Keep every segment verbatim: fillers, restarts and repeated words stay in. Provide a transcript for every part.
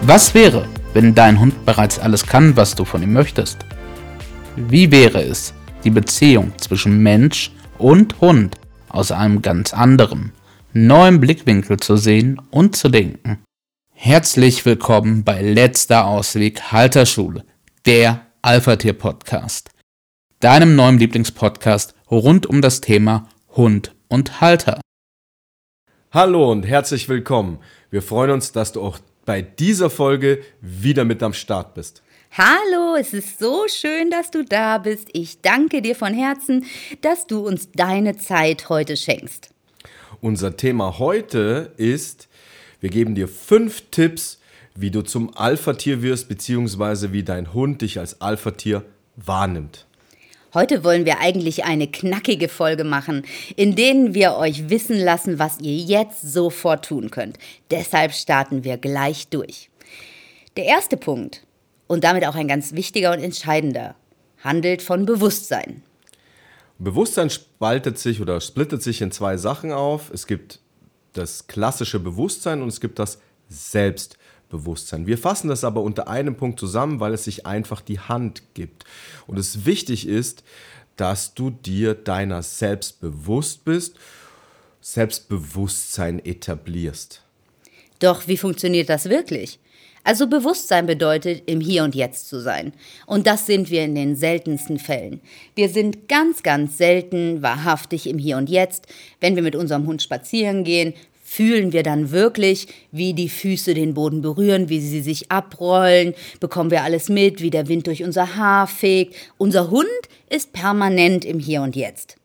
Was wäre, wenn dein Hund bereits alles kann, was du von ihm möchtest? Wie wäre es, die Beziehung zwischen Mensch und Hund aus einem ganz anderen, neuen Blickwinkel zu sehen und zu denken? Herzlich willkommen bei Letzter Ausweg Halterschule, der Alpha-Tier-Podcast, deinem neuen Lieblingspodcast rund um das Thema Hund und Halter. Hallo und herzlich willkommen. Wir freuen uns, dass du auch bei dieser Folge wieder mit am Start bist. Hallo, es ist so schön, dass du da bist. Ich danke dir von Herzen, dass du uns deine Zeit heute schenkst. Unser Thema heute ist, wir geben dir fünf Tipps, wie du zum Alpha-Tier wirst, beziehungsweise wie dein Hund dich als Alpha-Tier wahrnimmt. Heute wollen wir eigentlich eine knackige Folge machen, in denen wir euch wissen lassen, was ihr jetzt sofort tun könnt. Deshalb starten wir gleich durch. Der erste Punkt, und damit auch ein ganz wichtiger und entscheidender, handelt von Bewusstsein. Bewusstsein spaltet sich oder splittet sich in zwei Sachen auf. Es gibt das klassische Bewusstsein und es gibt das Selbstbewusstsein. Bewusstsein. Wir fassen das aber unter einem Punkt zusammen, weil es sich einfach die Hand gibt. Und es wichtig ist, dass du dir deiner selbst bewusst bist, Selbstbewusstsein etablierst. Doch wie funktioniert das wirklich? Also Bewusstsein bedeutet, im Hier und Jetzt zu sein. Und das sind wir in den seltensten Fällen. Wir sind ganz, ganz selten wahrhaftig im Hier und Jetzt. Wenn wir mit unserem Hund spazieren gehen, fühlen wir dann wirklich, wie die Füße den Boden berühren, wie sie sich abrollen, bekommen wir alles mit, wie der Wind durch unser Haar fegt. Unser Hund ist permanent im Hier und Jetzt.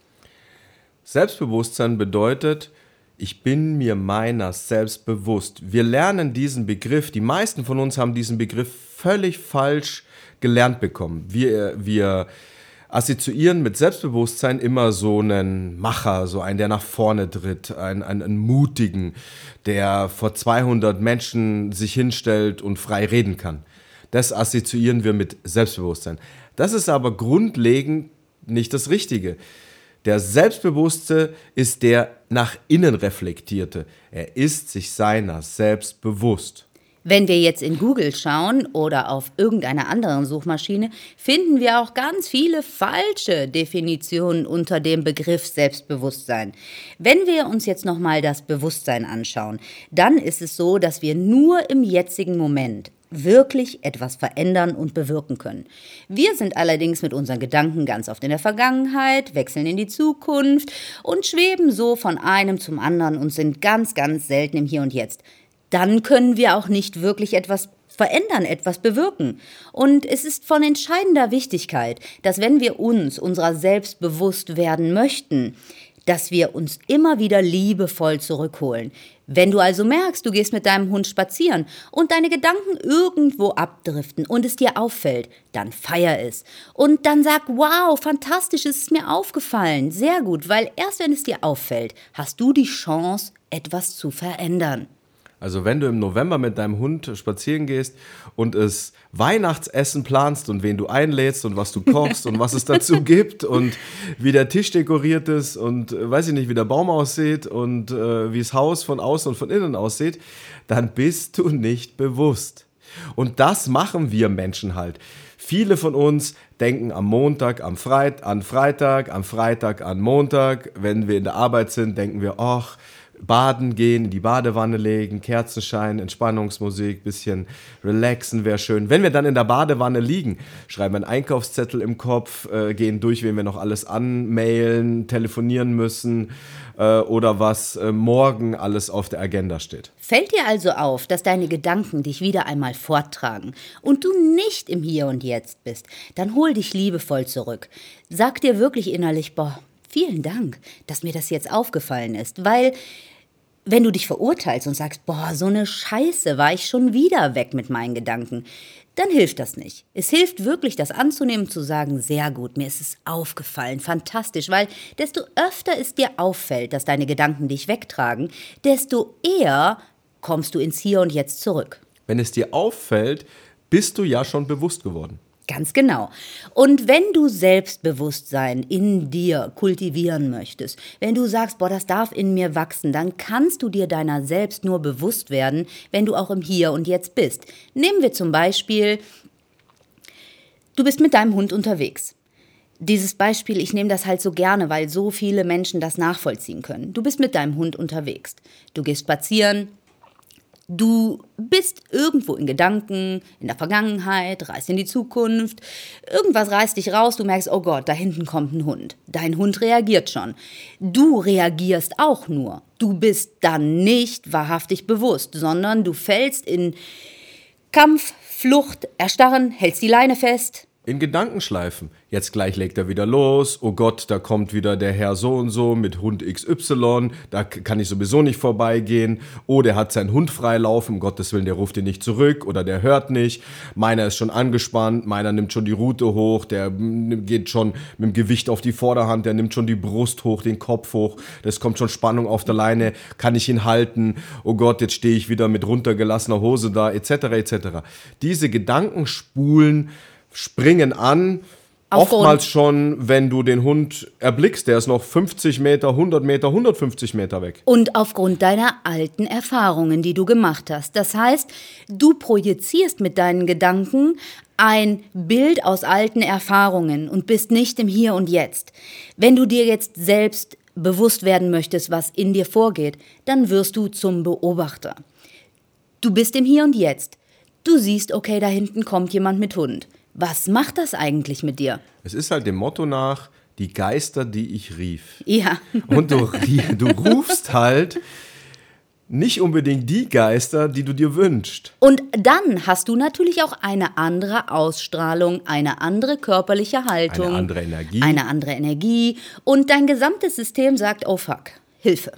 Selbstbewusstsein bedeutet, ich bin mir meiner selbst bewusst. Wir lernen diesen Begriff, die meisten von uns haben diesen Begriff völlig falsch gelernt bekommen. Wir, wir assoziieren mit Selbstbewusstsein immer so einen Macher, so einen, der nach vorne tritt, einen, einen, einen Mutigen, der vor zweihundert Menschen sich hinstellt und frei reden kann. Das assoziieren wir mit Selbstbewusstsein. Das ist aber grundlegend nicht das Richtige. Der Selbstbewusste ist der nach innen reflektierte. Er ist sich seiner selbst bewusst. Wenn wir jetzt in Google schauen oder auf irgendeiner anderen Suchmaschine, finden wir auch ganz viele falsche Definitionen unter dem Begriff Selbstbewusstsein. Wenn wir uns jetzt nochmal das Bewusstsein anschauen, dann ist es so, dass wir nur im jetzigen Moment wirklich etwas verändern und bewirken können. Wir sind allerdings mit unseren Gedanken ganz oft in der Vergangenheit, wechseln in die Zukunft und schweben so von einem zum anderen und sind ganz, ganz selten im Hier und Jetzt. Dann können wir auch nicht wirklich etwas verändern, etwas bewirken. Und es ist von entscheidender Wichtigkeit, dass wenn wir uns unserer selbst bewusst werden möchten, dass wir uns immer wieder liebevoll zurückholen. Wenn du also merkst, du gehst mit deinem Hund spazieren und deine Gedanken irgendwo abdriften und es dir auffällt, dann feier es. Und dann sag, wow, fantastisch, es ist mir aufgefallen. Sehr gut, weil erst wenn es dir auffällt, hast du die Chance, etwas zu verändern. Also wenn du im November mit deinem Hund spazieren gehst und es Weihnachtsessen planst und wen du einlädst und was du kochst und was es dazu gibt und wie der Tisch dekoriert ist und äh, weiß ich nicht, wie der Baum aussieht und äh, wie das Haus von außen und von innen aussieht, dann bist du nicht bewusst. Und das machen wir Menschen halt. Viele von uns denken am Montag am Freit- an Freitag, am Freitag an Montag. Wenn wir in der Arbeit sind, denken wir, ach, baden gehen, in die Badewanne legen, Kerzenschein, Entspannungsmusik, bisschen relaxen wäre schön. Wenn wir dann in der Badewanne liegen, schreiben wir einen Einkaufszettel im Kopf, äh, gehen durch, wen wir noch alles anmailen, telefonieren müssen äh, oder was äh, morgen alles auf der Agenda steht. Fällt dir also auf, dass deine Gedanken dich wieder einmal forttragen und du nicht im Hier und Jetzt bist, dann hol dich liebevoll zurück. Sag dir wirklich innerlich, boah, vielen Dank, dass mir das jetzt aufgefallen ist, weil wenn du dich verurteilst und sagst, boah, so eine Scheiße, war ich schon wieder weg mit meinen Gedanken, dann hilft das nicht. Es hilft wirklich, das anzunehmen, zu sagen, sehr gut, mir ist es aufgefallen, fantastisch, weil desto öfter es dir auffällt, dass deine Gedanken dich wegtragen, desto eher kommst du ins Hier und Jetzt zurück. Wenn es dir auffällt, bist du ja schon bewusst geworden. Ganz genau. Und wenn du Selbstbewusstsein in dir kultivieren möchtest, wenn du sagst, boah, das darf in mir wachsen, dann kannst du dir deiner selbst nur bewusst werden, wenn du auch im Hier und Jetzt bist. Nehmen wir zum Beispiel, du bist mit deinem Hund unterwegs. Dieses Beispiel, ich nehme das halt so gerne, weil so viele Menschen das nachvollziehen können. Du bist mit deinem Hund unterwegs. Du gehst spazieren. Du bist irgendwo in Gedanken, in der Vergangenheit, reist in die Zukunft. Irgendwas reißt dich raus, du merkst, oh Gott, da hinten kommt ein Hund. Dein Hund reagiert schon. Du reagierst auch nur. Du bist dann nicht wahrhaftig bewusst, sondern du fällst in Kampf, Flucht, Erstarren, hältst die Leine fest. In Gedankenschleifen. Jetzt gleich legt er wieder los. Oh Gott, da kommt wieder der Herr so und so mit Hund X Y. Da kann ich sowieso nicht vorbeigehen. Oh, der hat seinen Hund freilaufen. Um Gottes Willen, der ruft ihn nicht zurück oder der hört nicht. Meiner ist schon angespannt. Meiner nimmt schon die Rute hoch. Der geht schon mit dem Gewicht auf die Vorderhand. Der nimmt schon die Brust hoch, den Kopf hoch. Es kommt schon Spannung auf der Leine. Kann ich ihn halten? Oh Gott, jetzt stehe ich wieder mit runtergelassener Hose da, et cetera et cetera. Diese Gedankenspulen springen an, Aufgrund. Oftmals schon, wenn du den Hund erblickst, der ist noch fünfzig Meter, hundert Meter, hundertfünfzig Meter weg. Und aufgrund deiner alten Erfahrungen, die du gemacht hast. Das heißt, du projizierst mit deinen Gedanken ein Bild aus alten Erfahrungen und bist nicht im Hier und Jetzt. Wenn du dir jetzt selbst bewusst werden möchtest, was in dir vorgeht, dann wirst du zum Beobachter. Du bist im Hier und Jetzt. Du siehst, okay, da hinten kommt jemand mit Hund. Was macht das eigentlich mit dir? Es ist halt dem Motto nach, die Geister, die ich rief. Ja. Und du, du rufst halt nicht unbedingt die Geister, die du dir wünschst. Und dann hast du natürlich auch eine andere Ausstrahlung, eine andere körperliche Haltung. Eine andere Energie. Eine andere Energie. Und dein gesamtes System sagt, oh fuck, Hilfe.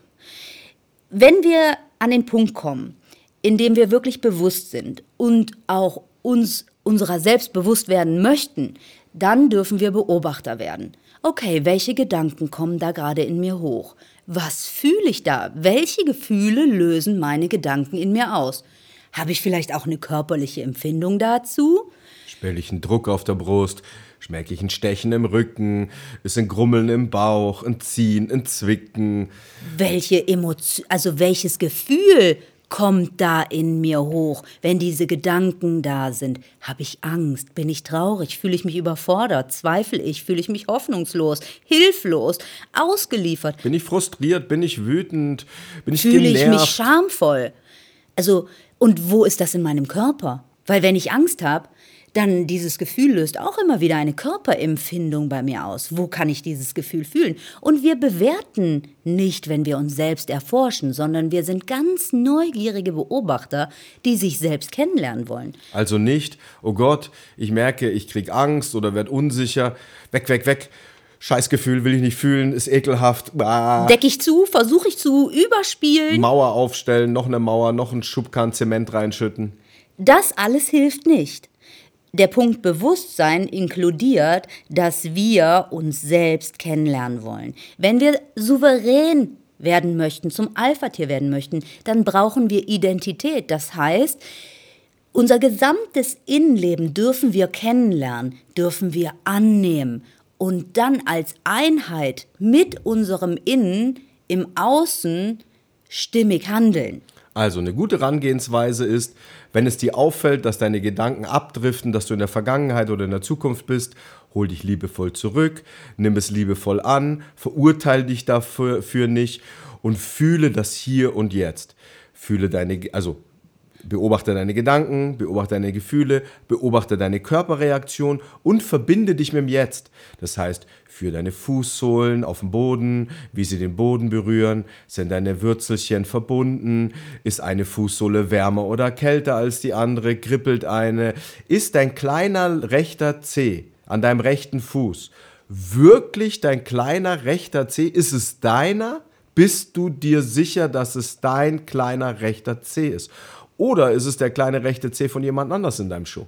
Wenn wir an den Punkt kommen, in dem wir wirklich bewusst sind und auch uns unserer selbst bewusst werden möchten, dann dürfen wir Beobachter werden. Okay, welche Gedanken kommen da gerade in mir hoch? Was fühle ich da? Welche Gefühle lösen meine Gedanken in mir aus? Habe ich vielleicht auch eine körperliche Empfindung dazu? Spüre ich einen Druck auf der Brust? Schmecke ich ein Stechen im Rücken? Ist ein Grummeln im Bauch? Ein Ziehen? Ein Zwicken? Welche Emotion, also welches Gefühl kommt da in mir hoch, wenn diese Gedanken da sind? Habe ich Angst? Bin ich traurig? Fühle ich mich überfordert? Zweifle ich? Fühle ich mich hoffnungslos? Hilflos? Ausgeliefert? Bin ich frustriert? Bin ich wütend? Bin ich Fühle genervt? ich mich schamvoll? Also, und wo ist das in meinem Körper? Weil wenn ich Angst habe, dann dieses Gefühl löst auch immer wieder eine Körperempfindung bei mir aus. Wo kann ich dieses Gefühl fühlen? Und wir bewerten nicht, wenn wir uns selbst erforschen, sondern wir sind ganz neugierige Beobachter, die sich selbst kennenlernen wollen. Also nicht, oh Gott, ich merke, ich krieg Angst oder werde unsicher. Weg, weg, weg. Scheißgefühl will ich nicht fühlen, ist ekelhaft. Ah. Decke ich zu, versuche ich zu überspielen. Mauer aufstellen, noch eine Mauer, noch einen Schubkahn Zement reinschütten. Das alles hilft nicht. Der Punkt Bewusstsein inkludiert, dass wir uns selbst kennenlernen wollen. Wenn wir souverän werden möchten, zum Alpha-Tier werden möchten, dann brauchen wir Identität. Das heißt, unser gesamtes Innenleben dürfen wir kennenlernen, dürfen wir annehmen und dann als Einheit mit unserem Innen im Außen stimmig handeln. Also eine gute Herangehensweise ist, wenn es dir auffällt, dass deine Gedanken abdriften, dass du in der Vergangenheit oder in der Zukunft bist, hol dich liebevoll zurück, nimm es liebevoll an, verurteile dich dafür für nicht und fühle das Hier und Jetzt. Fühle deine, also beobachte deine Gedanken, beobachte deine Gefühle, beobachte deine Körperreaktion und verbinde dich mit dem Jetzt. Das heißt, führe deine Fußsohlen auf den Boden, wie sie den Boden berühren. Sind deine Würzelchen verbunden? Ist eine Fußsohle wärmer oder kälter als die andere? Kribbelt eine? Ist dein kleiner rechter Zeh an deinem rechten Fuß wirklich dein kleiner rechter Zeh? Ist es deiner? Bist du dir sicher, dass es dein kleiner rechter Zeh ist? Oder ist es der kleine rechte Zeh von jemand anders in deinem Schuh?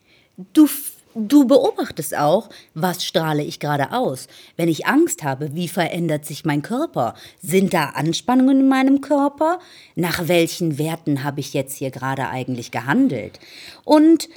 Du, du beobachtest auch, was strahle ich gerade aus. Wenn ich Angst habe, wie verändert sich mein Körper? Sind da Anspannungen in meinem Körper? Nach welchen Werten habe ich jetzt hier gerade eigentlich gehandelt? Und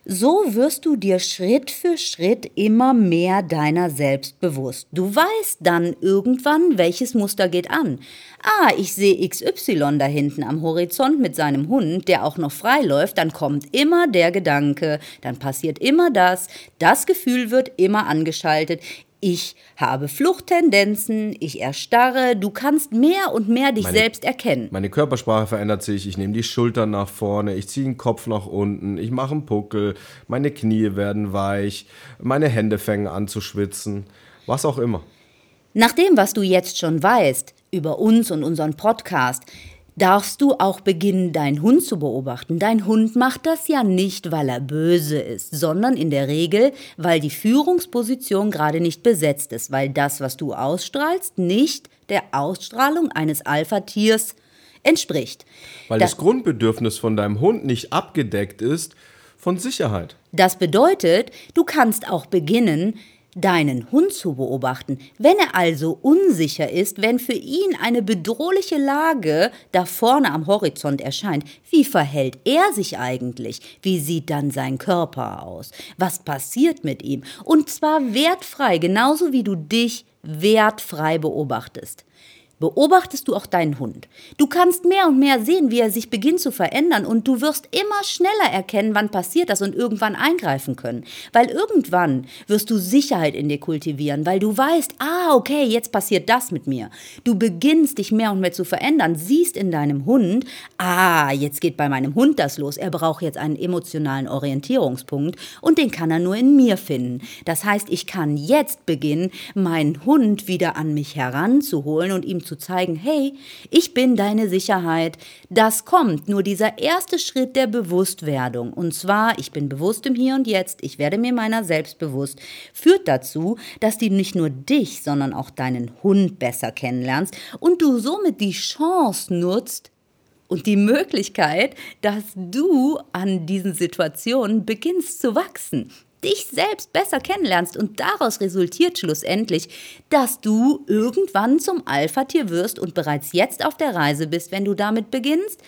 So wirst du dir Schritt für Schritt immer mehr deiner selbst bewusst. Du weißt dann irgendwann, welches Muster geht an. Ah, ich sehe X Y da hinten am Horizont mit seinem Hund, der auch noch frei läuft, dann kommt immer der Gedanke, dann passiert immer das, das Gefühl wird immer angeschaltet. Ich habe Fluchttendenzen, ich erstarre, du kannst mehr und mehr dich Meine- selbst erkennen. Meine Körpersprache verändert sich, ich nehme die Schultern nach vorne, ich ziehe den Kopf nach unten, ich mache einen Puckel, meine Knie werden weich, meine Hände fangen an zu schwitzen, was auch immer. Nach dem, was du jetzt schon weißt über uns und unseren Podcast, darfst du auch beginnen, deinen Hund zu beobachten. Dein Hund macht das ja nicht, weil er böse ist, sondern in der Regel, weil die Führungsposition gerade nicht besetzt ist, weil das, was du ausstrahlst, nicht der Ausstrahlung eines Alpha-Tiers entspricht. Weil Da- das Grundbedürfnis von deinem Hund nicht abgedeckt ist von Sicherheit. Das bedeutet, du kannst auch beginnen, deinen Hund zu beobachten. Wenn er also unsicher ist, wenn für ihn eine bedrohliche Lage da vorne am Horizont erscheint, wie verhält er sich eigentlich? Wie sieht dann sein Körper aus? Was passiert mit ihm? Und zwar wertfrei, genauso wie du dich wertfrei beobachtest. Beobachtest du auch deinen Hund. Du kannst mehr und mehr sehen, wie er sich beginnt zu verändern und du wirst immer schneller erkennen, wann passiert das und irgendwann eingreifen können. Weil irgendwann wirst du Sicherheit in dir kultivieren, weil du weißt, ah, okay, jetzt passiert das mit mir. Du beginnst dich mehr und mehr zu verändern, siehst in deinem Hund, ah, jetzt geht bei meinem Hund das los, er braucht jetzt einen emotionalen Orientierungspunkt und den kann er nur in mir finden. Das heißt, ich kann jetzt beginnen, meinen Hund wieder an mich heranzuholen und ihm zu zeigen, hey, ich bin deine Sicherheit. Das kommt, nur dieser erste Schritt der Bewusstwerdung. Und zwar, ich bin bewusst im Hier und Jetzt, ich werde mir meiner selbst bewusst, führt dazu, dass du nicht nur dich, sondern auch deinen Hund besser kennenlernst und du somit die Chance nutzt und die Möglichkeit, dass du an diesen Situationen beginnst zu wachsen, dich selbst besser kennenlernst und daraus resultiert schlussendlich, dass du irgendwann zum Alpha-Tier wirst und bereits jetzt auf der Reise bist, wenn du damit beginnst,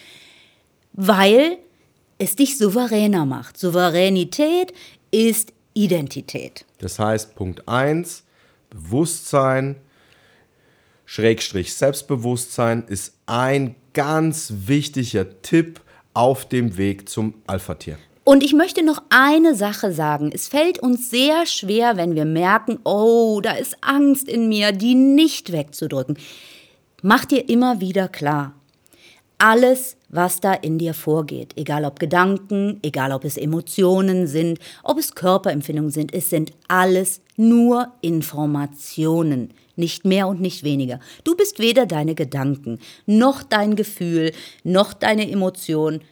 weil es dich souveräner macht. Souveränität ist Identität. Das heißt, Punkt eins, Bewusstsein, Schrägstrich Selbstbewusstsein ist ein ganz wichtiger Tipp auf dem Weg zum Alpha-Tier. Und ich möchte noch eine Sache sagen. Es fällt uns sehr schwer, wenn wir merken, oh, da ist Angst in mir, die nicht wegzudrücken. Mach dir immer wieder klar, alles, was da in dir vorgeht, egal ob Gedanken, egal ob es Emotionen sind, ob es Körperempfindungen sind, es sind alles nur Informationen, nicht mehr und nicht weniger. Du bist weder deine Gedanken, noch dein Gefühl, noch deine Emotion.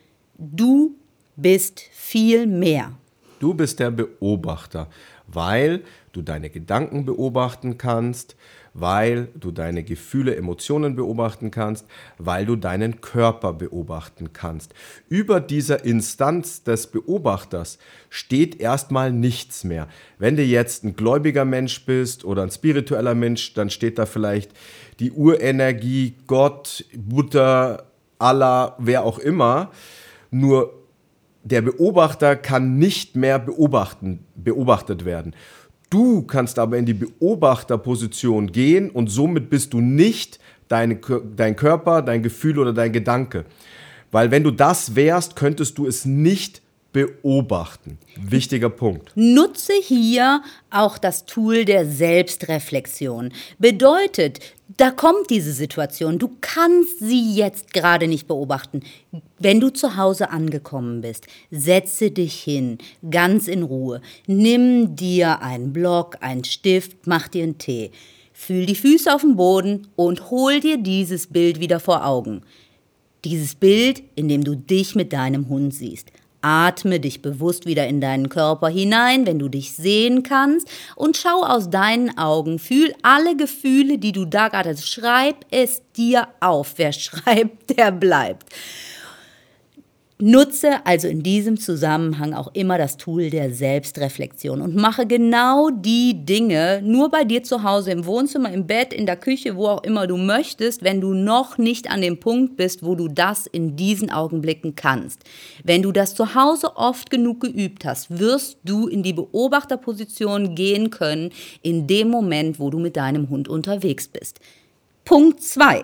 Du bist viel mehr. Du bist der Beobachter, weil du deine Gedanken beobachten kannst, weil du deine Gefühle, Emotionen beobachten kannst, weil du deinen Körper beobachten kannst. Über dieser Instanz des Beobachters steht erstmal nichts mehr. Wenn du jetzt ein gläubiger Mensch bist oder ein spiritueller Mensch, dann steht da vielleicht die Urenergie, Gott, Buddha, Allah, wer auch immer. Nur der Beobachter kann nicht mehr beobachten, beobachtet werden. Du kannst aber in die Beobachterposition gehen und somit bist du nicht deine, dein Körper, dein Gefühl oder dein Gedanke. Weil wenn du das wärst, könntest du es nicht beobachten. Wichtiger Punkt. Nutze hier auch das Tool der Selbstreflexion. Bedeutet, da kommt diese Situation, du kannst sie jetzt gerade nicht beobachten. Wenn du zu Hause angekommen bist, setze dich hin, ganz in Ruhe. Nimm dir einen Block, einen Stift, mach dir einen Tee. Fühl die Füße auf dem Boden und hol dir dieses Bild wieder vor Augen. Dieses Bild, in dem du dich mit deinem Hund siehst. Atme dich bewusst wieder in deinen Körper hinein, wenn du dich sehen kannst und schau aus deinen Augen, fühl alle Gefühle, die du da gerade hast. Schreib es dir auf. Wer schreibt, der bleibt. Nutze also in diesem Zusammenhang auch immer das Tool der Selbstreflexion und mache genau die Dinge nur bei dir zu Hause, im Wohnzimmer, im Bett, in der Küche, wo auch immer du möchtest, wenn du noch nicht an dem Punkt bist, wo du das in diesen Augenblicken kannst. Wenn du das zu Hause oft genug geübt hast, wirst du in die Beobachterposition gehen können, in dem Moment, wo du mit deinem Hund unterwegs bist. Punkt zwei.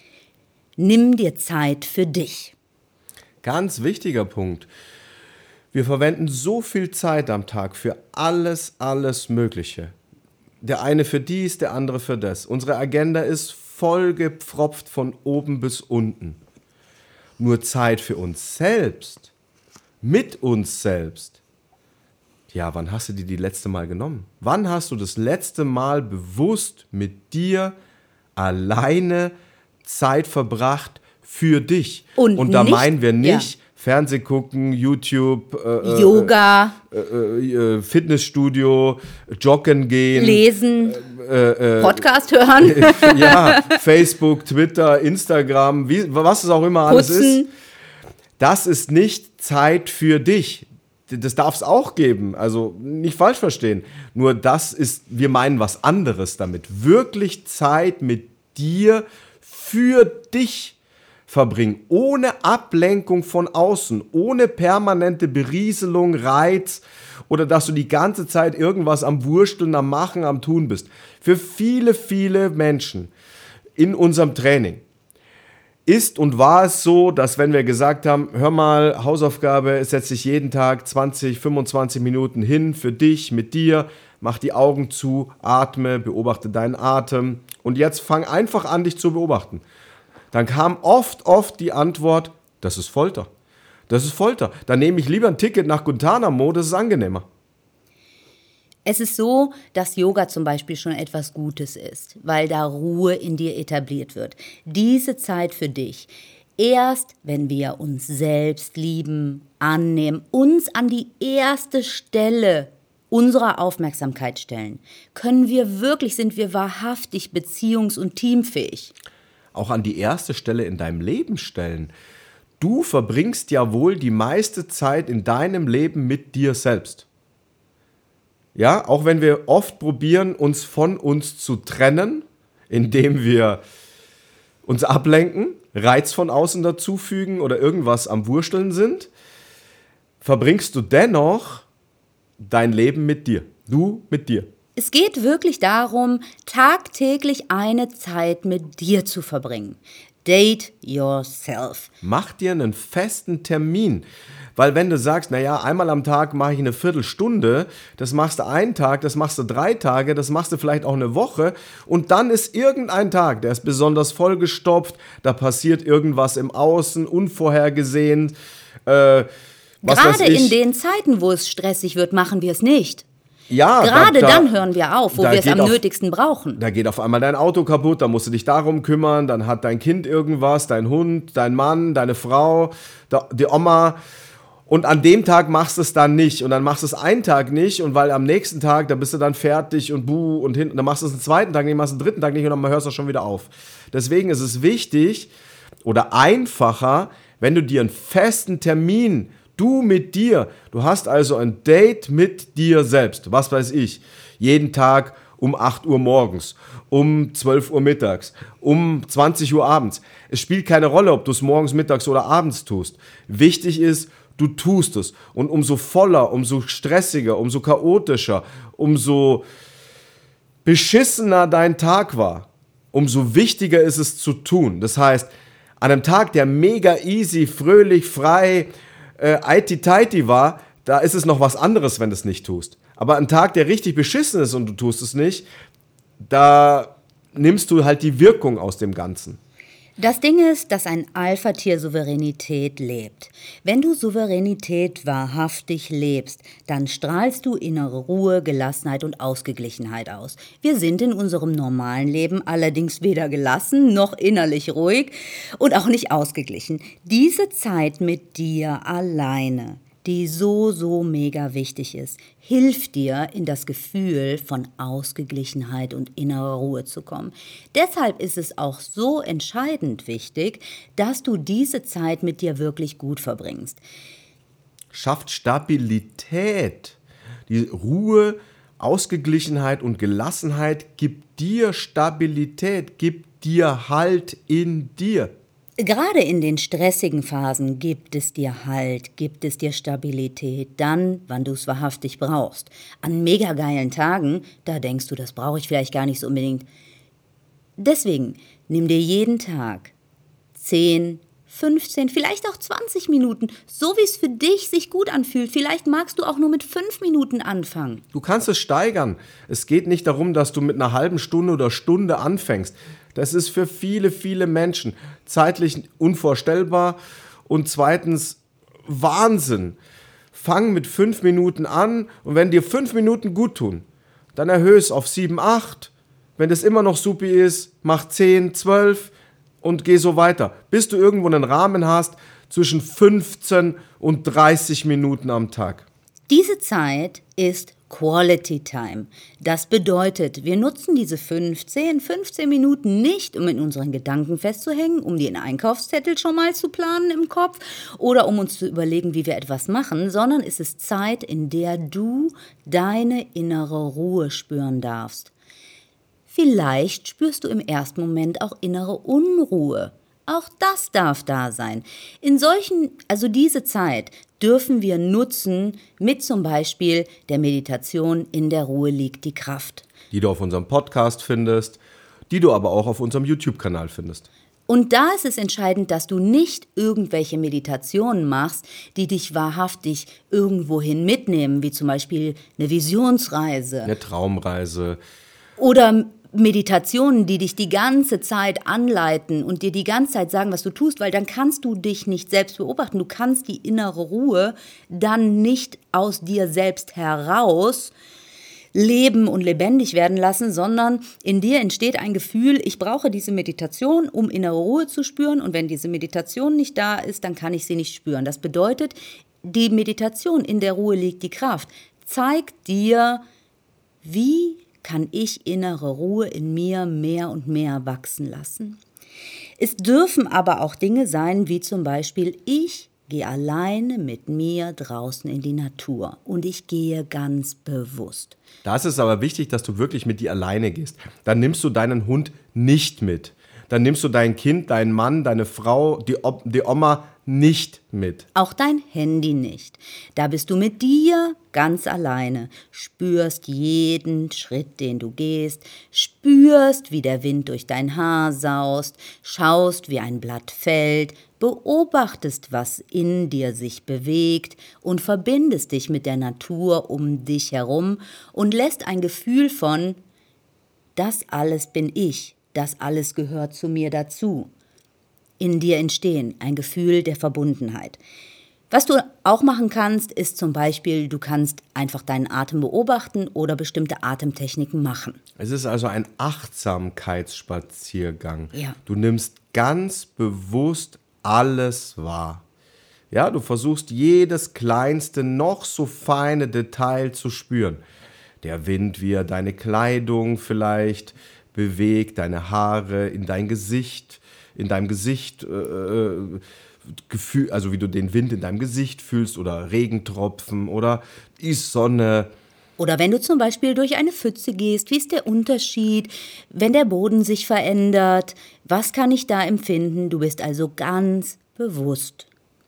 Nimm dir Zeit für dich. Ganz wichtiger Punkt. Wir verwenden so viel Zeit am Tag für alles, alles Mögliche. Der eine für dies, der andere für das. Unsere Agenda ist vollgepfropft von oben bis unten. Nur Zeit für uns selbst, mit uns selbst. Ja, wann hast du die die letzte Mal genommen? Wann hast du das letzte Mal bewusst mit dir alleine Zeit verbracht für dich? Und, Und da nicht, meinen wir nicht ja. Fernseh gucken, YouTube, äh, Yoga, äh, äh, Fitnessstudio, joggen gehen, lesen, äh, äh, Podcast hören, ja, Facebook, Twitter, Instagram, wie, was es auch immer alles putzen. ist. Das ist nicht Zeit für dich. Das darf es auch geben, also nicht falsch verstehen. Nur das ist, wir meinen was anderes damit. Wirklich Zeit mit dir für dich verbringen, ohne Ablenkung von außen, ohne permanente Berieselung, Reiz oder dass du die ganze Zeit irgendwas am Wursteln, am Machen, am Tun bist. Für viele, viele Menschen in unserem Training ist und war es so, dass wenn wir gesagt haben, hör mal, Hausaufgabe, setz dich jeden Tag zwanzig, fünfundzwanzig Minuten hin für dich, mit dir, mach die Augen zu, atme, beobachte deinen Atem und jetzt fang einfach an, dich zu beobachten. Dann kam oft, oft die Antwort, das ist Folter. Das ist Folter. Dann nehme ich lieber ein Ticket nach Guantanamo, das ist angenehmer. Es ist so, dass Yoga zum Beispiel schon etwas Gutes ist, weil da Ruhe in dir etabliert wird. Diese Zeit für dich, erst wenn wir uns selbst lieben, annehmen, uns an die erste Stelle unserer Aufmerksamkeit stellen, können wir wirklich, sind wir wahrhaftig beziehungs- und teamfähig. Auch an die erste Stelle in deinem Leben stellen. Du verbringst ja wohl die meiste Zeit in deinem Leben mit dir selbst. Ja, auch wenn wir oft probieren, uns von uns zu trennen, indem wir uns ablenken, Reiz von außen dazufügen oder irgendwas am Wursteln sind, verbringst du dennoch dein Leben mit dir. Du mit dir. Es geht wirklich darum, tagtäglich eine Zeit mit dir zu verbringen. Date yourself. Mach dir einen festen Termin. Weil wenn du sagst, naja, einmal am Tag mache ich eine Viertelstunde, das machst du einen Tag, das machst du drei Tage, das machst du vielleicht auch eine Woche und dann ist irgendein Tag, der ist besonders vollgestopft, da passiert irgendwas im Außen, unvorhergesehen. Äh, was Gerade weiß ich. in den Zeiten, wo es stressig wird, machen wir es nicht. Ja, Gerade da, da, dann hören wir auf, wo da wir es geht am auf- nötigsten brauchen. Da geht auf einmal dein Auto kaputt, da musst du dich darum kümmern, dann hat dein Kind irgendwas, dein Hund, dein Mann, deine Frau, da- die Oma. Und an dem Tag machst du es dann nicht. Und dann machst du es einen Tag nicht. Und weil am nächsten Tag, da bist du dann fertig und buh und hin. Und dann machst du es einen zweiten Tag nicht, machst du einen dritten Tag nicht. Und dann hörst du schon wieder auf. Deswegen ist es wichtig oder einfacher, wenn du dir einen festen Termin, du mit dir, du hast also ein Date mit dir selbst. Was weiß ich. Jeden Tag um acht Uhr morgens, um zwölf Uhr mittags, um zwanzig Uhr abends. Es spielt keine Rolle, ob du es morgens, mittags oder abends tust. Wichtig ist, du tust es. Und umso voller, umso stressiger, umso chaotischer, umso beschissener dein Tag war, umso wichtiger ist es zu tun. Das heißt, an einem Tag, der mega easy, fröhlich, frei, äh, eiti-teiti war, da ist es noch was anderes, wenn du es nicht tust. Aber ein Tag, der richtig beschissen ist und du tust es nicht, da nimmst du halt die Wirkung aus dem Ganzen. Das Ding ist, dass ein Alpha-Tier Souveränität lebt. Wenn du Souveränität wahrhaftig lebst, dann strahlst du innere Ruhe, Gelassenheit und Ausgeglichenheit aus. Wir sind in unserem normalen Leben allerdings weder gelassen noch innerlich ruhig und auch nicht ausgeglichen. Diese Zeit mit dir alleine, die so, so mega wichtig ist, hilft dir, in das Gefühl von Ausgeglichenheit und innerer Ruhe zu kommen. Deshalb ist es auch so entscheidend wichtig, dass du diese Zeit mit dir wirklich gut verbringst. Schafft Stabilität. Die Ruhe, Ausgeglichenheit und Gelassenheit gibt dir Stabilität, gibt dir Halt in dir. Gerade in den stressigen Phasen gibt es dir Halt, gibt es dir Stabilität, dann, wann du es wahrhaftig brauchst. An mega geilen Tagen, da denkst du, das brauche ich vielleicht gar nicht so unbedingt. Deswegen, nimm dir jeden Tag zehn, fünfzehn, vielleicht auch zwanzig Minuten, so wie es für dich sich gut anfühlt. Vielleicht magst du auch nur mit fünf Minuten anfangen. Du kannst es steigern. Es geht nicht darum, dass du mit einer halben Stunde oder Stunde anfängst. Das ist für viele, viele Menschen zeitlich unvorstellbar und zweitens Wahnsinn. Fang mit fünf Minuten an und wenn dir fünf Minuten gut tun, dann erhöhe es auf sieben, acht. Wenn das immer noch supi ist, mach zehn, zwölf und geh so weiter, bis du irgendwo einen Rahmen hast zwischen fünfzehn und dreißig Minuten am Tag. Diese Zeit ist Quality Time. Das bedeutet, wir nutzen diese fünfzehn, fünfzehn Minuten nicht, um in unseren Gedanken festzuhängen, um den Einkaufszettel schon mal zu planen im Kopf oder um uns zu überlegen, wie wir etwas machen, sondern es ist Zeit, in der du deine innere Ruhe spüren darfst. Vielleicht spürst du im ersten Moment auch innere Unruhe. Auch das darf da sein. In solchen, also diese Zeit dürfen wir nutzen mit zum Beispiel der Meditation In der Ruhe liegt die Kraft. Die du auf unserem Podcast findest, die du aber auch auf unserem YouTube-Kanal findest. Und da ist es entscheidend, dass du nicht irgendwelche Meditationen machst, die dich wahrhaftig irgendwohin mitnehmen, wie zum Beispiel eine Visionsreise. Eine Traumreise. Oder Meditationen, die dich die ganze Zeit anleiten und dir die ganze Zeit sagen, was du tust, weil dann kannst du dich nicht selbst beobachten. Du kannst die innere Ruhe dann nicht aus dir selbst heraus leben und lebendig werden lassen, sondern in dir entsteht ein Gefühl, ich brauche diese Meditation, um innere Ruhe zu spüren, und wenn diese Meditation nicht da ist, dann kann ich sie nicht spüren. Das bedeutet, die Meditation In der Ruhe liegt die Kraft zeigt dir, wie kann ich innere Ruhe in mir mehr und mehr wachsen lassen. Es dürfen aber auch Dinge sein, wie zum Beispiel, ich gehe alleine mit mir draußen in die Natur und ich gehe ganz bewusst. Da ist es aber wichtig, dass du wirklich mit dir alleine gehst. Dann nimmst du deinen Hund nicht mit. Dann nimmst du dein Kind, deinen Mann, deine Frau, die, o- die Oma nicht mit. Auch dein Handy nicht. Da bist du mit dir ganz alleine, spürst jeden Schritt, den du gehst, spürst, wie der Wind durch dein Haar saust, schaust, wie ein Blatt fällt, beobachtest, was in dir sich bewegt und verbindest dich mit der Natur um dich herum und lässt ein Gefühl von, das alles bin ich, das alles gehört zu mir dazu, in dir entstehen, ein Gefühl der Verbundenheit. Was du auch machen kannst, ist zum Beispiel, du kannst einfach deinen Atem beobachten oder bestimmte Atemtechniken machen. Es ist also ein Achtsamkeitsspaziergang. Ja. Du nimmst ganz bewusst alles wahr. Ja, du versuchst jedes kleinste, noch so feine Detail zu spüren. Der Wind, wie er deine Kleidung vielleicht bewegt, deine Haare, in dein Gesicht, in deinem Gesicht, äh, Gefühl, also wie du den Wind in deinem Gesicht fühlst oder Regentropfen oder die Sonne. Oder wenn du zum Beispiel durch eine Pfütze gehst, wie ist der Unterschied, wenn der Boden sich verändert? Was kann ich da empfinden? Du bist also ganz bewusst.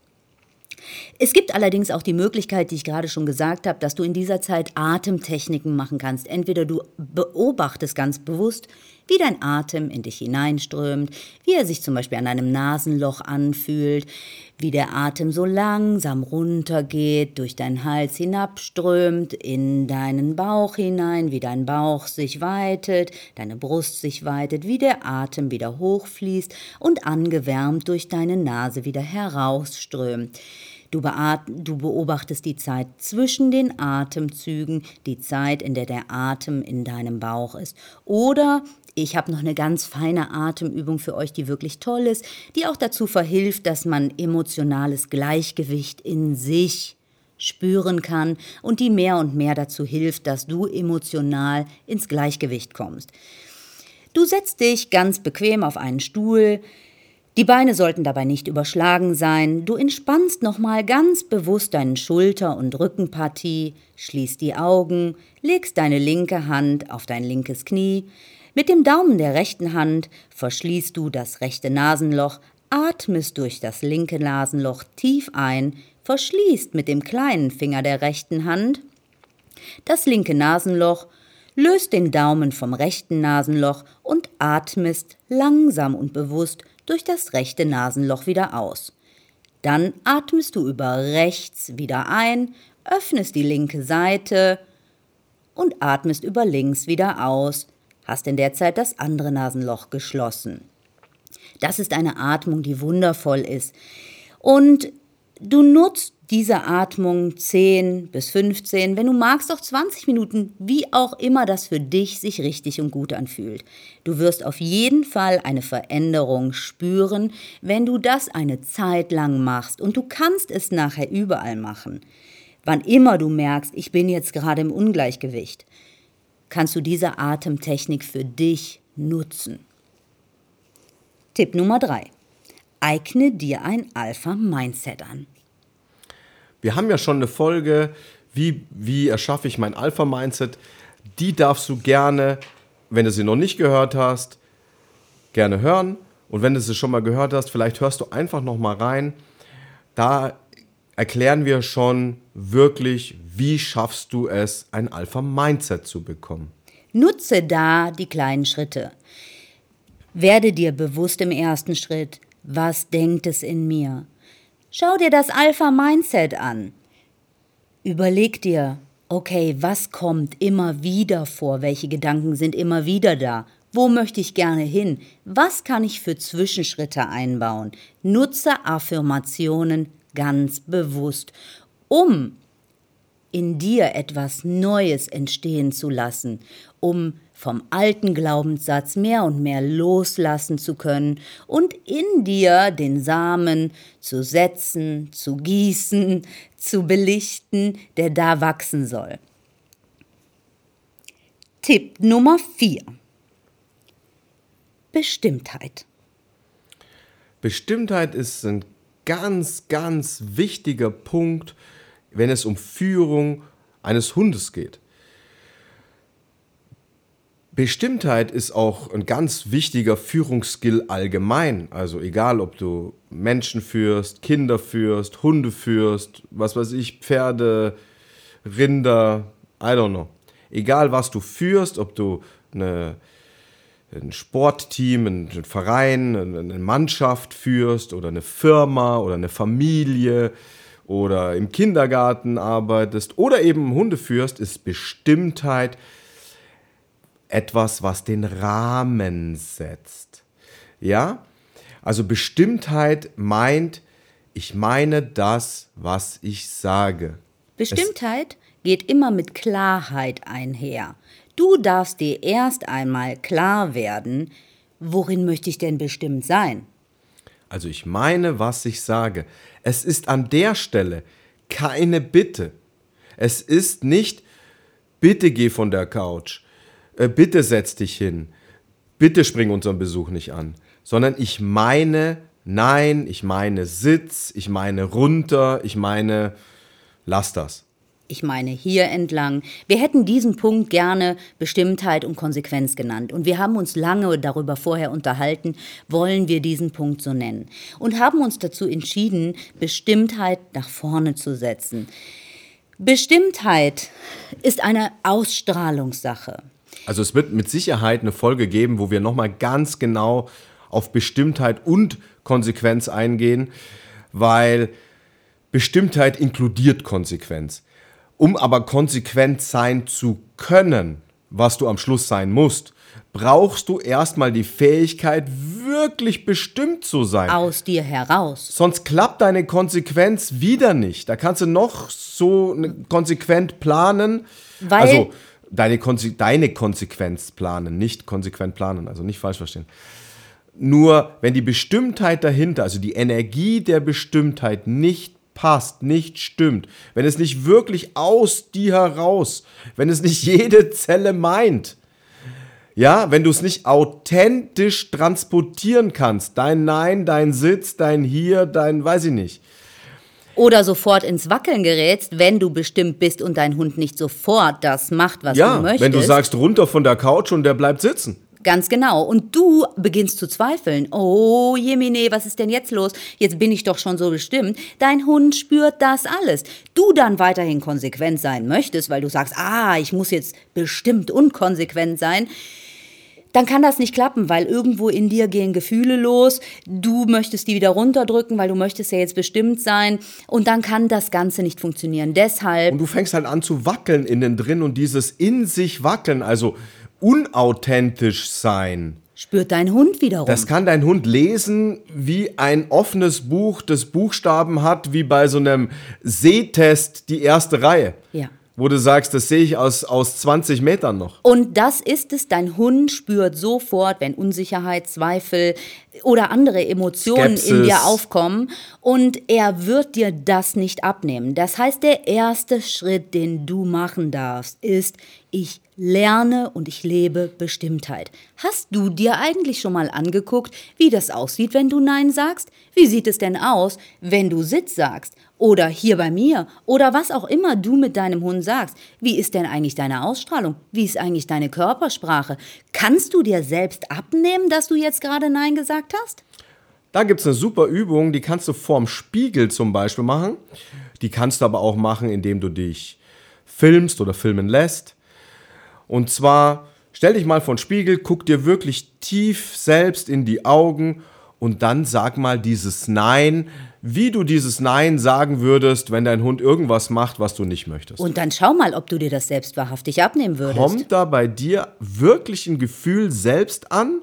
Es gibt allerdings auch die Möglichkeit, die ich gerade schon gesagt habe, dass du in dieser Zeit Atemtechniken machen kannst. Entweder du beobachtest ganz bewusst, wie dein Atem in dich hineinströmt, wie er sich zum Beispiel an einem Nasenloch anfühlt, wie der Atem so langsam runtergeht, durch deinen Hals hinabströmt, in deinen Bauch hinein, wie dein Bauch sich weitet, deine Brust sich weitet, wie der Atem wieder hochfließt und angewärmt durch deine Nase wieder herausströmt. Du, beat- du beobachtest die Zeit zwischen den Atemzügen, die Zeit, in der der Atem in deinem Bauch ist. Oder ich habe noch eine ganz feine Atemübung für euch, die wirklich toll ist, die auch dazu verhilft, dass man emotionales Gleichgewicht in sich spüren kann und die mehr und mehr dazu hilft, dass du emotional ins Gleichgewicht kommst. Du setzt dich ganz bequem auf einen Stuhl, die Beine sollten dabei nicht überschlagen sein, du entspannst nochmal ganz bewusst deine Schulter- und Rückenpartie, schließt die Augen, legst deine linke Hand auf dein linkes Knie, mit dem Daumen der rechten Hand verschließt du das rechte Nasenloch, atmest durch das linke Nasenloch tief ein, verschließt mit dem kleinen Finger der rechten Hand das linke Nasenloch, löst den Daumen vom rechten Nasenloch und atmest langsam und bewusst durch das rechte Nasenloch wieder aus. Dann atmest du über rechts wieder ein, öffnest die linke Seite und atmest über links wieder aus, hast in der Zeit das andere Nasenloch geschlossen. Das ist eine Atmung, die wundervoll ist. Und du nutzt diese Atmung zehn bis fünfzehn, wenn du magst auch zwanzig Minuten, wie auch immer das für dich sich richtig und gut anfühlt. Du wirst auf jeden Fall eine Veränderung spüren, wenn du das eine Zeit lang machst. Und du kannst es nachher überall machen. Wann immer du merkst, ich bin jetzt gerade im Ungleichgewicht, kannst du diese Atemtechnik für dich nutzen. Tipp Nummer drei. Eigne dir ein Alpha-Mindset an. Wir haben ja schon eine Folge, wie, wie erschaffe ich mein Alpha-Mindset. Die darfst du gerne, wenn du sie noch nicht gehört hast, gerne hören. Und wenn du sie schon mal gehört hast, vielleicht hörst du einfach noch mal rein. Da erklären wir schon wirklich, wie schaffst du es, ein Alpha-Mindset zu bekommen. Nutze da die kleinen Schritte. Werde dir bewusst im ersten Schritt, was denkt es in mir? Schau dir das Alpha-Mindset an. Überleg dir, okay, was kommt immer wieder vor? Welche Gedanken sind immer wieder da? Wo möchte ich gerne hin? Was kann ich für Zwischenschritte einbauen? Nutze Affirmationen ganz bewusst, um in dir etwas Neues entstehen zu lassen, um vom alten Glaubenssatz mehr und mehr loslassen zu können und in dir den Samen zu setzen, zu gießen, zu belichten, der da wachsen soll. Tipp Nummer vier. Bestimmtheit. Bestimmtheit ist ein ganz, ganz wichtiger Punkt, wenn es um Führung eines Hundes geht. Bestimmtheit ist auch ein ganz wichtiger Führungsskill allgemein. Also egal, ob du Menschen führst, Kinder führst, Hunde führst, was weiß ich, Pferde, Rinder, I don't know. Egal, was du führst, ob du eine, ein Sportteam, einen Verein, eine Mannschaft führst oder eine Firma oder eine Familie oder im Kindergarten arbeitest oder eben Hunde führst, ist Bestimmtheit etwas, was den Rahmen setzt. Ja? Also Bestimmtheit meint, ich meine das, was ich sage. Bestimmtheit es geht immer mit Klarheit einher. Du darfst dir erst einmal klar werden, worin möchte ich denn bestimmt sein? Also ich meine, was ich sage. Es ist an der Stelle keine Bitte. Es ist nicht, bitte geh von der Couch. Bitte setz dich hin, bitte spring unseren Besuch nicht an, sondern ich meine, nein, ich meine Sitz, ich meine runter, ich meine, lass das. Ich meine hier entlang. Wir hätten diesen Punkt gerne Bestimmtheit und Konsequenz genannt. Und wir haben uns lange darüber vorher unterhalten, wollen wir diesen Punkt so nennen. Und haben uns dazu entschieden, Bestimmtheit nach vorne zu setzen. Bestimmtheit ist eine Ausstrahlungssache. Also es wird mit Sicherheit eine Folge geben, wo wir nochmal ganz genau auf Bestimmtheit und Konsequenz eingehen, weil Bestimmtheit inkludiert Konsequenz. Um aber konsequent sein zu können, was du am Schluss sein musst, brauchst du erstmal die Fähigkeit, wirklich bestimmt zu sein. Aus dir heraus. Sonst klappt deine Konsequenz wieder nicht. Da kannst du noch so konsequent planen. Weil also deine, Konse- deine Konsequenz planen, nicht konsequent planen, also nicht falsch verstehen. Nur wenn die Bestimmtheit dahinter, also die Energie der Bestimmtheit nicht passt, nicht stimmt, wenn es nicht wirklich aus dir heraus, wenn es nicht jede Zelle meint, ja, wenn du es nicht authentisch transportieren kannst, dein Nein, dein Sitz, dein Hier, dein, weiß ich nicht. Oder sofort ins Wackeln gerätst, wenn du bestimmt bist und dein Hund nicht sofort das macht, was ja, du möchtest. Wenn du sagst, runter von der Couch und der bleibt sitzen. Ganz genau. Und du beginnst zu zweifeln. Oh, Jemine, was ist denn jetzt los? Jetzt bin ich doch schon so bestimmt. Dein Hund spürt das alles. Du dann weiterhin konsequent sein möchtest, weil du sagst, ah, ich muss jetzt bestimmt unkonsequent sein. Dann kann das nicht klappen, weil irgendwo in dir gehen Gefühle los. Du möchtest die wieder runterdrücken, weil du möchtest ja jetzt bestimmt sein. Und dann kann das Ganze nicht funktionieren. Deshalb. Und du fängst halt an zu wackeln innen drin und dieses in sich wackeln, also unauthentisch sein. Spürt dein Hund wiederum. Das kann dein Hund lesen, wie ein offenes Buch, das Buchstaben hat, wie bei so einem Sehtest die erste Reihe. Ja. Wo du sagst, das sehe ich aus, aus zwanzig Metern noch. Und das ist es, dein Hund spürt sofort, wenn Unsicherheit, Zweifel oder andere Emotionen Skepsis in dir aufkommen und er wird dir das nicht abnehmen. Das heißt, der erste Schritt, den du machen darfst, ist, ich lerne und ich lebe Bestimmtheit. Hast du dir eigentlich schon mal angeguckt, wie das aussieht, wenn du Nein sagst? Wie sieht es denn aus, wenn du Sitz sagst? Oder hier bei mir? Oder was auch immer du mit deinem Hund sagst. Wie ist denn eigentlich deine Ausstrahlung? Wie ist eigentlich deine Körpersprache? Kannst du dir selbst abnehmen, dass du jetzt gerade Nein gesagt hast? Da gibt es eine super Übung, die kannst du vorm Spiegel zum Beispiel machen. Die kannst du aber auch machen, indem du dich filmst oder filmen lässt. Und zwar, stell dich mal vor den Spiegel, guck dir wirklich tief selbst in die Augen und dann sag mal dieses Nein, wie du dieses Nein sagen würdest, wenn dein Hund irgendwas macht, was du nicht möchtest. Und dann schau mal, ob du dir das selbst wahrhaftig abnehmen würdest. Kommt da bei dir wirklich ein Gefühl selbst an?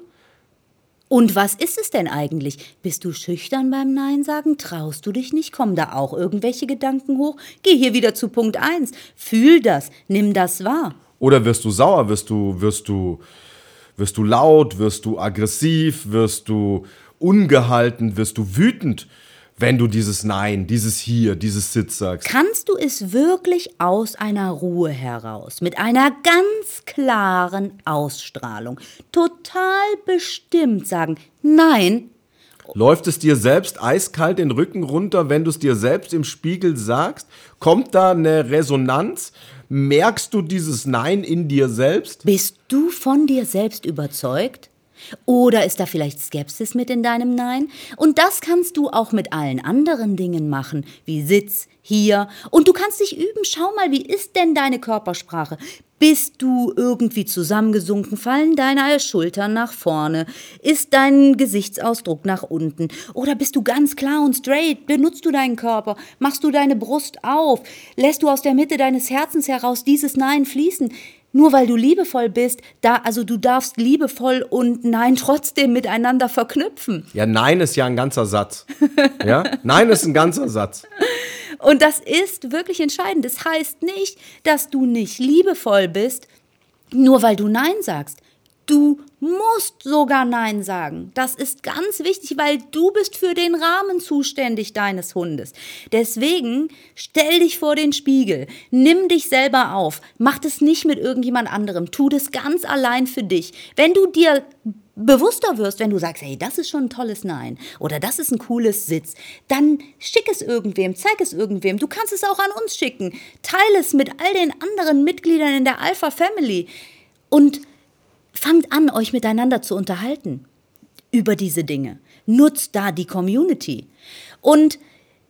Und was ist es denn eigentlich? Bist du schüchtern beim Nein sagen? Traust du dich nicht? Kommen da auch irgendwelche Gedanken hoch? Geh hier wieder zu Punkt eins. Fühl das, nimm das wahr. Oder wirst du sauer, wirst du, wirst du, wirst du laut, wirst du aggressiv, wirst du ungehalten, wirst du wütend, wenn du dieses Nein, dieses Hier, dieses Sitz sagst? Kannst du es wirklich aus einer Ruhe heraus, mit einer ganz klaren Ausstrahlung, total bestimmt sagen, nein? Läuft es dir selbst eiskalt den Rücken runter, wenn du es dir selbst im Spiegel sagst? Kommt da eine Resonanz? Merkst du dieses Nein in dir selbst? Bist du von dir selbst überzeugt? Oder ist da vielleicht Skepsis mit in deinem Nein? Und das kannst du auch mit allen anderen Dingen machen, wie Sitz, hier. Und du kannst dich üben, schau mal, wie ist denn deine Körpersprache? Bist du irgendwie zusammengesunken? Fallen deine Schultern nach vorne? Ist dein Gesichtsausdruck nach unten? Oder bist du ganz klar und straight? Benutzt du deinen Körper? Machst du deine Brust auf? Lässt du aus der Mitte deines Herzens heraus dieses Nein fließen? Nur weil du liebevoll bist, da, also du darfst liebevoll und Nein trotzdem miteinander verknüpfen. Ja, Nein ist ja ein ganzer Satz. Ja? Nein ist ein ganzer Satz. Und das ist wirklich entscheidend. Das heißt nicht, dass du nicht liebevoll bist, nur weil du Nein sagst. Du musst sogar Nein sagen. Das ist ganz wichtig, weil du bist für den Rahmen zuständig deines Hundes. Deswegen stell dich vor den Spiegel, nimm dich selber auf, mach das nicht mit irgendjemand anderem, tu das ganz allein für dich. Wenn du dir bewusster wirst, wenn du sagst, hey, das ist schon ein tolles Nein oder das ist ein cooles Sitz, dann schick es irgendwem, zeig es irgendwem. Du kannst es auch an uns schicken. Teile es mit all den anderen Mitgliedern in der Alpha Family und fangt an, euch miteinander zu unterhalten über diese Dinge. Nutzt da die Community und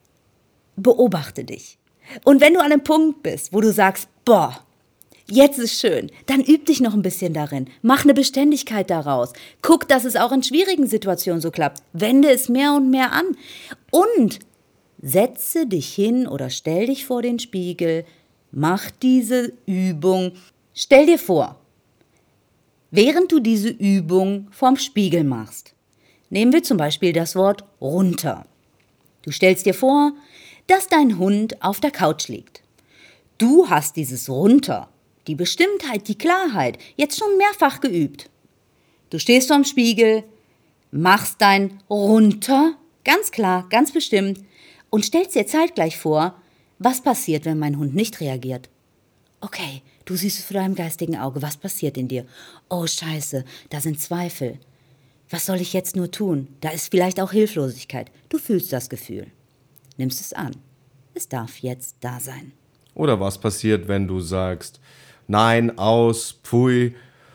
beobachte dich. Und wenn du an einem Punkt bist, wo du sagst, boah, jetzt ist schön, dann üb dich noch ein bisschen darin. Mach eine Beständigkeit daraus. Guck, dass es auch in schwierigen Situationen so klappt. Wende es mehr und mehr an. Und setze dich hin oder stell dich vor den Spiegel. Mach diese Übung. Stell dir vor, während du diese Übung vorm Spiegel machst, nehmen wir zum Beispiel das Wort runter. Du stellst dir vor, dass dein Hund auf der Couch liegt. Du hast dieses runter, die Bestimmtheit, die Klarheit, jetzt schon mehrfach geübt. Du stehst vorm Spiegel, machst dein runter, ganz klar, ganz bestimmt, und stellst dir zeitgleich vor, was passiert, wenn mein Hund nicht reagiert. Okay, du siehst es vor deinem geistigen Auge. Was passiert in dir? Oh Scheiße, da sind Zweifel. Was soll ich jetzt nur tun? Da ist vielleicht auch Hilflosigkeit. Du fühlst das Gefühl. Nimmst es an. Es darf jetzt da sein. Oder was passiert, wenn du sagst, nein, aus, pfui,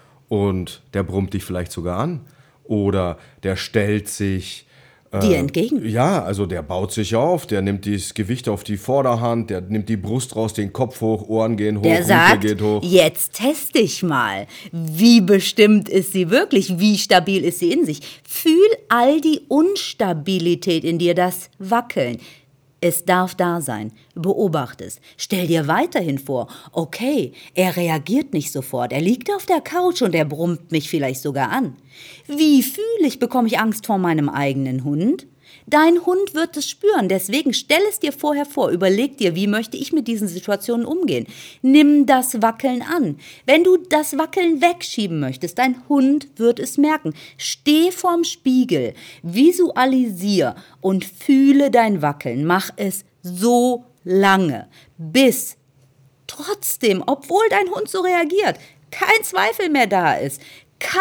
und der brummt dich vielleicht sogar an? Oder der stellt sich dir entgegen. Ja, also der baut sich auf, der nimmt das Gewicht auf die Vorderhand, der nimmt die Brust raus, den Kopf hoch, Ohren gehen hoch, der sagt, geht hoch. Jetzt teste ich mal. Wie bestimmt ist sie wirklich? Wie stabil ist sie in sich? Fühl all die Unstabilität in dir, das Wackeln. Es darf da sein. Beobachte es. Stell dir weiterhin vor, okay, er reagiert nicht sofort. Er liegt auf der Couch und er brummt mich vielleicht sogar an. Wie fühle ich? Bekomme ich Angst vor meinem eigenen Hund? Dein Hund wird es spüren, deswegen stell es dir vorher vor. Überleg dir, wie möchte ich mit diesen Situationen umgehen? Nimm das Wackeln an. Wenn du das Wackeln wegschieben möchtest, dein Hund wird es merken. Steh vorm Spiegel, visualisier und fühle dein Wackeln. Mach es so lange, bis trotzdem, obwohl dein Hund so reagiert, kein Zweifel mehr da ist, kein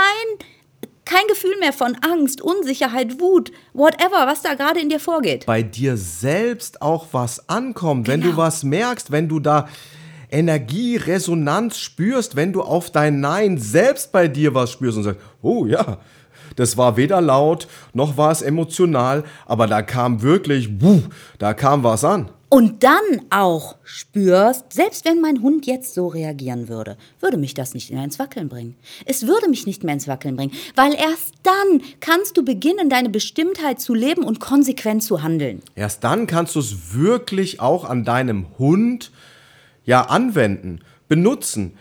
Kein Gefühl mehr von Angst, Unsicherheit, Wut, whatever, was da gerade in dir vorgeht. Bei dir selbst auch was ankommt, Genau. wenn du was merkst, wenn du da Energie, Resonanz spürst, wenn du auf dein Nein selbst bei dir was spürst und sagst, oh ja, das war weder laut, noch war es emotional, aber da kam wirklich, wuh, da kam was an. Und dann auch spürst, selbst wenn mein Hund jetzt so reagieren würde, würde mich das nicht mehr ins Wackeln bringen. Es würde mich nicht mehr ins Wackeln bringen, weil erst dann kannst du beginnen, deine Bestimmtheit zu leben und konsequent zu handeln. Erst dann kannst du es wirklich auch an deinem Hund ja anwenden, benutzen.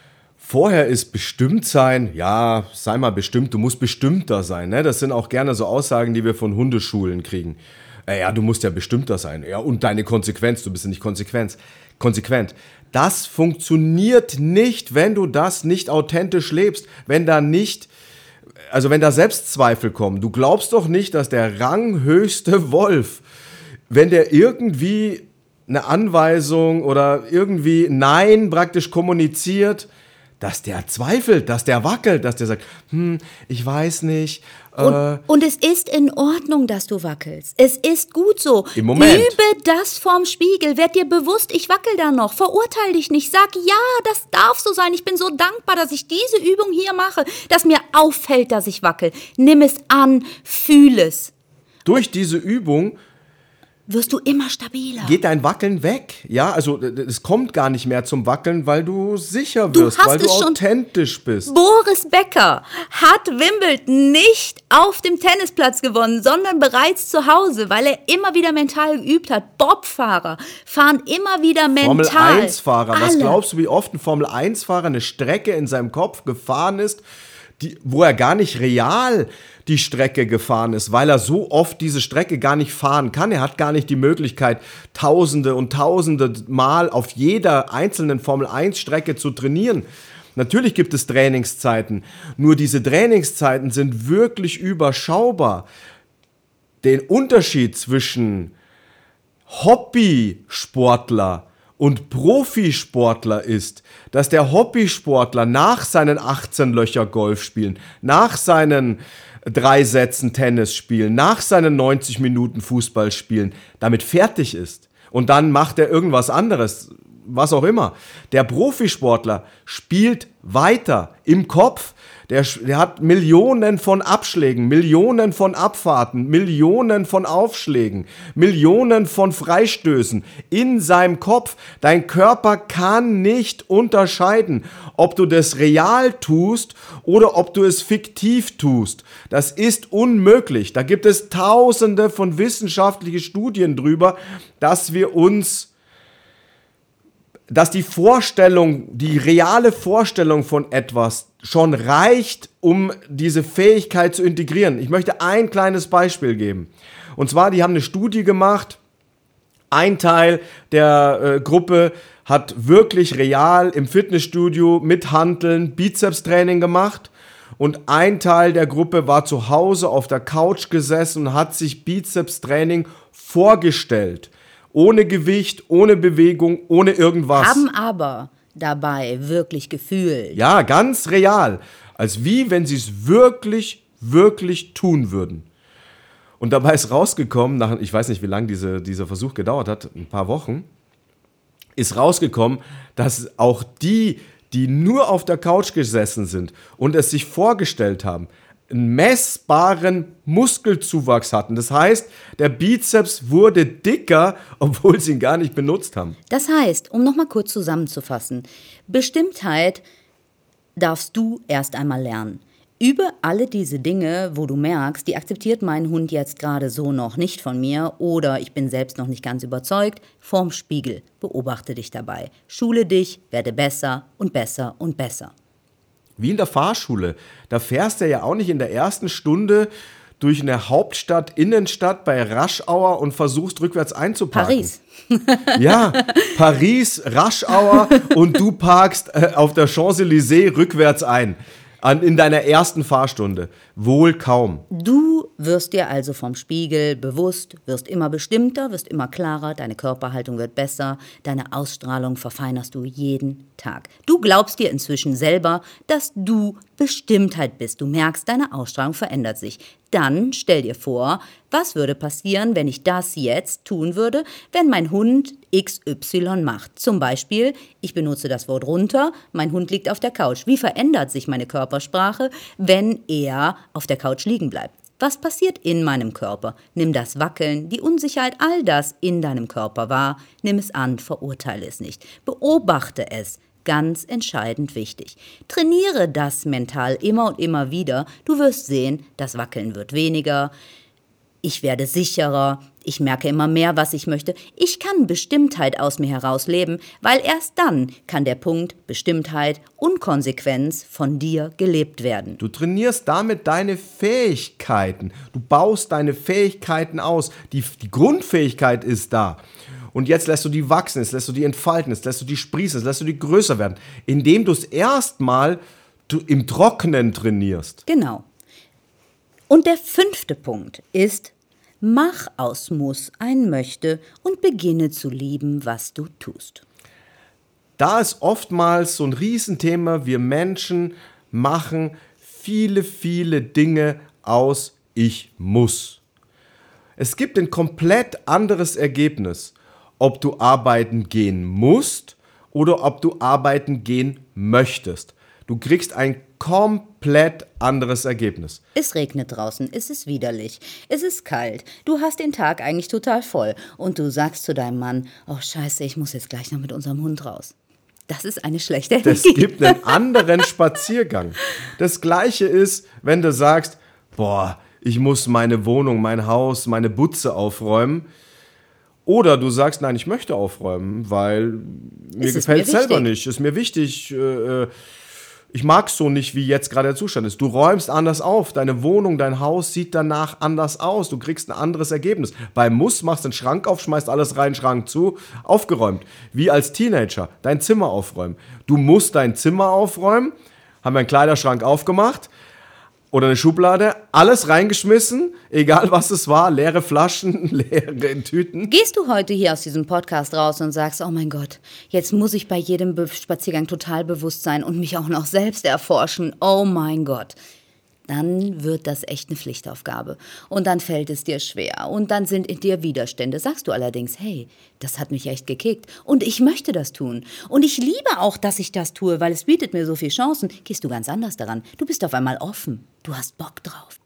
Vorher ist bestimmt sein, ja, sei mal bestimmt, du musst bestimmter sein. Ne? Das sind auch gerne so Aussagen, die wir von Hundeschulen kriegen. Äh, ja, du musst ja bestimmter sein. Ja, und deine Konsequenz, du bist ja nicht konsequent. konsequent. Das funktioniert nicht, wenn du das nicht authentisch lebst, wenn da nicht, also wenn da Selbstzweifel kommen. Du glaubst doch nicht, dass der ranghöchste Wolf, wenn der irgendwie eine Anweisung oder irgendwie Nein praktisch kommuniziert, dass der zweifelt, dass der wackelt, dass der sagt, hm, ich weiß nicht. Äh, Und, und es ist in Ordnung, dass du wackelst. Es ist gut so. Im Moment. Übe das vorm Spiegel. Werd dir bewusst, ich wackel da noch. Verurteil dich nicht. Sag, ja, das darf so sein. Ich bin so dankbar, dass ich diese Übung hier mache, dass mir auffällt, dass ich wackel. Nimm es an, fühl es. durch diese Übung Wirst du immer stabiler. geht dein Wackeln weg. Ja, also es kommt gar nicht mehr zum Wackeln, weil du sicher Du wirst, hast weil du es schon- authentisch bist. Boris Becker hat Wimbledon nicht auf dem Tennisplatz gewonnen, sondern bereits zu Hause, weil er immer wieder mental geübt hat. Bobfahrer fahren immer wieder mental. Formel eins Fahrer, was Alle. glaubst du, wie oft ein Formel eins Fahrer eine Strecke in seinem Kopf gefahren ist, die, wo er gar nicht real die Strecke gefahren ist, weil er so oft diese Strecke gar nicht fahren kann. Er hat gar nicht die Möglichkeit, tausende und tausende Mal auf jeder einzelnen Formel eins Strecke zu trainieren. Natürlich gibt es Trainingszeiten, nur diese Trainingszeiten sind wirklich überschaubar. Den Unterschied zwischen Hobbysportler und Profisportler ist, dass der Hobbysportler nach seinen achtzehn Löcher Golf spielen, nach seinen drei Sätzen Tennis spielen, nach seinen neunzig Minuten Fußball spielen, damit fertig ist. Und dann macht er irgendwas anderes, was auch immer. Der Profisportler spielt weiter im Kopf. Der, der hat Millionen von Abschlägen, Millionen von Abfahrten, Millionen von Aufschlägen, Millionen von Freistößen in seinem Kopf. Dein Körper kann nicht unterscheiden, ob du das real tust oder ob du es fiktiv tust. Das ist unmöglich. Da gibt es tausende von wissenschaftlichen Studien drüber, dass wir uns dass die Vorstellung, die reale Vorstellung von etwas schon reicht, um diese Fähigkeit zu integrieren. Ich möchte ein kleines Beispiel geben. Und zwar, die haben eine Studie gemacht. Ein Teil der äh, Gruppe hat wirklich real im Fitnessstudio mit Hanteln Bizepstraining gemacht. und ein Teil der Gruppe war zu Hause auf der Couch gesessen und hat sich Bizepstraining vorgestellt. Ohne Gewicht, ohne Bewegung, ohne irgendwas. Haben aber dabei wirklich gefühlt. Ja, ganz real. Als wie, wenn sie es wirklich, wirklich tun würden. Und dabei ist rausgekommen, nach, ich weiß nicht, wie lange diese, dieser Versuch gedauert hat, ein paar Wochen, ist rausgekommen, dass auch die, die nur auf der Couch gesessen sind und es sich vorgestellt haben, einen messbaren Muskelzuwachs hatten. Das heißt, der Bizeps wurde dicker, obwohl sie ihn gar nicht benutzt haben. Das heißt, um nochmal kurz zusammenzufassen, Bestimmtheit darfst du erst einmal lernen. Übe alle diese Dinge, wo du merkst, die akzeptiert mein Hund jetzt gerade so noch nicht von mir oder ich bin selbst noch nicht ganz überzeugt, vorm Spiegel. Beobachte dich dabei. Schule dich, werde besser und besser und besser. Wie in der Fahrschule. Da fährst du ja auch nicht in der ersten Stunde durch eine Hauptstadt, Innenstadt bei Raschauer und versuchst rückwärts einzuparken. Paris. Ja, Paris, Raschauer und du parkst äh, auf der Champs-Élysées rückwärts ein. An, in deiner ersten Fahrstunde. Wohl kaum. Du wirst dir also vom Spiegel bewusst, wirst immer bestimmter, wirst immer klarer, deine Körperhaltung wird besser, deine Ausstrahlung verfeinerst du jeden Tag. Du glaubst dir inzwischen selber, dass du Bestimmtheit bist. Du merkst, deine Ausstrahlung verändert sich. Dann stell dir vor, was würde passieren, wenn ich das jetzt tun würde, wenn mein Hund X Y macht. Zum Beispiel, ich benutze das Wort runter, mein Hund liegt auf der Couch. Wie verändert sich meine Körpersprache, wenn er auf der Couch liegen bleibt? Was passiert in meinem Körper? Nimm das Wackeln, die Unsicherheit, all das in deinem Körper wahr. Nimm es an, verurteile es nicht. Beobachte es. Ganz entscheidend wichtig. Trainiere das mental immer und immer wieder. Du wirst sehen, das Wackeln wird weniger. Ich werde sicherer. Ich merke immer mehr, was ich möchte. Ich kann Bestimmtheit aus mir heraus leben, weil erst dann kann der Punkt Bestimmtheit und Konsequenz von dir gelebt werden. Du trainierst damit deine Fähigkeiten. Du baust deine Fähigkeiten aus. Die, die Grundfähigkeit ist da. Und jetzt lässt du die wachsen, jetzt lässt du die entfalten, jetzt lässt du die sprießen, jetzt lässt du die größer werden, indem du es erstmal im Trockenen trainierst. Genau. Und der fünfte Punkt ist, mach aus Muss ein Möchte und beginne zu lieben, was du tust. Da ist oftmals so ein Riesenthema, wir Menschen machen viele, viele Dinge aus Ich muss. Es gibt ein komplett anderes Ergebnis, ob du arbeiten gehen musst oder ob du arbeiten gehen möchtest. Du kriegst ein komplett anderes Ergebnis. Es regnet draußen, es ist widerlich, es ist kalt, du hast den Tag eigentlich total voll und du sagst zu deinem Mann, oh scheiße, ich muss jetzt gleich noch mit unserem Hund raus. Das ist eine schlechte Energie. Das gibt einen anderen Spaziergang. Das Gleiche ist, wenn du sagst, boah, ich muss meine Wohnung, mein Haus, meine Butze aufräumen. Oder du sagst, nein, ich möchte aufräumen, weil mir gefällt es selber nicht. Ist mir wichtig. Äh, ich mag es so nicht, wie jetzt gerade der Zustand ist. Du räumst anders auf. Deine Wohnung, dein Haus sieht danach anders aus. Du kriegst ein anderes Ergebnis. Bei Muss machst du den Schrank auf, schmeißt alles rein, Schrank zu, aufgeräumt. Wie als Teenager, dein Zimmer aufräumen. Du musst dein Zimmer aufräumen, haben wir einen Kleiderschrank aufgemacht. Oder eine Schublade, alles reingeschmissen, egal was es war, leere Flaschen, leere Tüten. Gehst du heute hier aus diesem Podcast raus und sagst, oh mein Gott, jetzt muss ich bei jedem Be- Spaziergang total bewusst sein und mich auch noch selbst erforschen, oh mein Gott. Dann wird das echt eine Pflichtaufgabe und dann fällt es dir schwer und dann sind in dir Widerstände. Sagst du allerdings, hey, das hat mich echt gekickt und ich möchte das tun und ich liebe auch, dass ich das tue, weil es bietet mir so viele Chancen, gehst du ganz anders daran. Du bist auf einmal offen, du hast Bock drauf.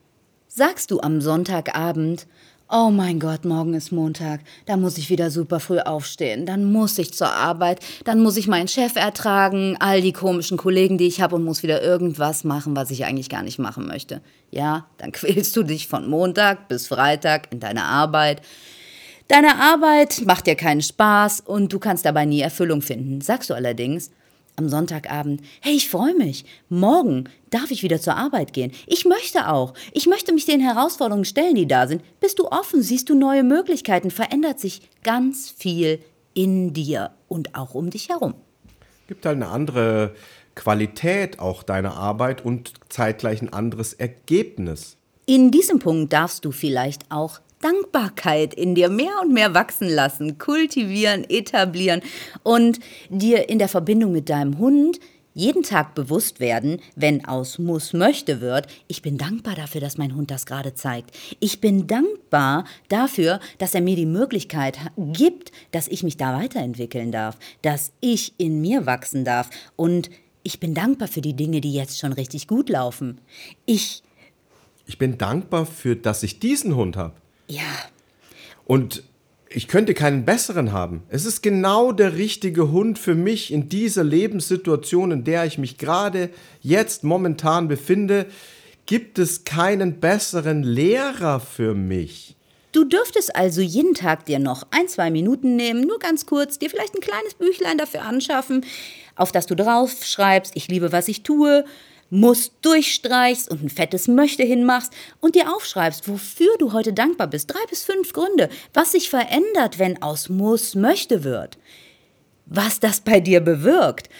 Sagst du am Sonntagabend, oh mein Gott, morgen ist Montag, da muss ich wieder super früh aufstehen, dann muss ich zur Arbeit, dann muss ich meinen Chef ertragen, all die komischen Kollegen, die ich habe und muss wieder irgendwas machen, was ich eigentlich gar nicht machen möchte. Ja, dann quälst du dich von Montag bis Freitag in deiner Arbeit. Deine Arbeit macht dir keinen Spaß und du kannst dabei nie Erfüllung finden. Sagst du allerdings am Sonntagabend, hey, ich freue mich, morgen darf ich wieder zur Arbeit gehen. Ich möchte auch. Ich möchte mich den Herausforderungen stellen, die da sind. Bist du offen, siehst du neue Möglichkeiten, verändert sich ganz viel in dir und auch um dich herum. Gibt halt eine andere Qualität auch deiner Arbeit und zeitgleich ein anderes Ergebnis. In diesem Punkt darfst du vielleicht auch Dankbarkeit in dir mehr und mehr wachsen lassen, kultivieren, etablieren und dir in der Verbindung mit deinem Hund jeden Tag bewusst werden, wenn aus muss, möchte wird, ich bin dankbar dafür, dass mein Hund das gerade zeigt. Ich bin dankbar dafür, dass er mir die Möglichkeit gibt, dass ich mich da weiterentwickeln darf, dass ich in mir wachsen darf. Und ich bin dankbar für die Dinge, die jetzt schon richtig gut laufen. Ich, ich bin dankbar für, dass ich diesen Hund habe. Ja. Und ich könnte keinen besseren haben. Es ist genau der richtige Hund für mich in dieser Lebenssituation, in der ich mich gerade jetzt momentan befinde. Gibt es keinen besseren Lehrer für mich? Du dürftest also jeden Tag dir noch ein, zwei Minuten nehmen, nur ganz kurz, dir vielleicht ein kleines Büchlein dafür anschaffen, auf das du drauf schreibst, ich liebe, was ich tue, muss durchstreichst und ein fettes Möchte hinmachst und dir aufschreibst, wofür du heute dankbar bist. Drei bis fünf Gründe, was sich verändert, wenn aus muss möchte wird. Was das bei dir bewirkt.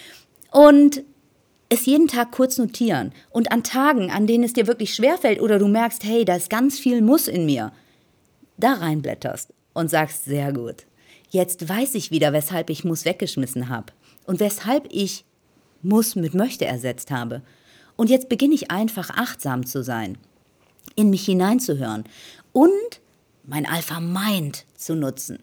Und es jeden Tag kurz notieren. Und an Tagen, an denen es dir wirklich schwerfällt oder du merkst, hey, da ist ganz viel Muss in mir, da reinblätterst und sagst, sehr gut. Jetzt weiß ich wieder, weshalb ich muss weggeschmissen habe und weshalb ich muss mit möchte ersetzt habe. Und jetzt beginne ich einfach achtsam zu sein, in mich hineinzuhören und mein Alpha-Mind zu nutzen.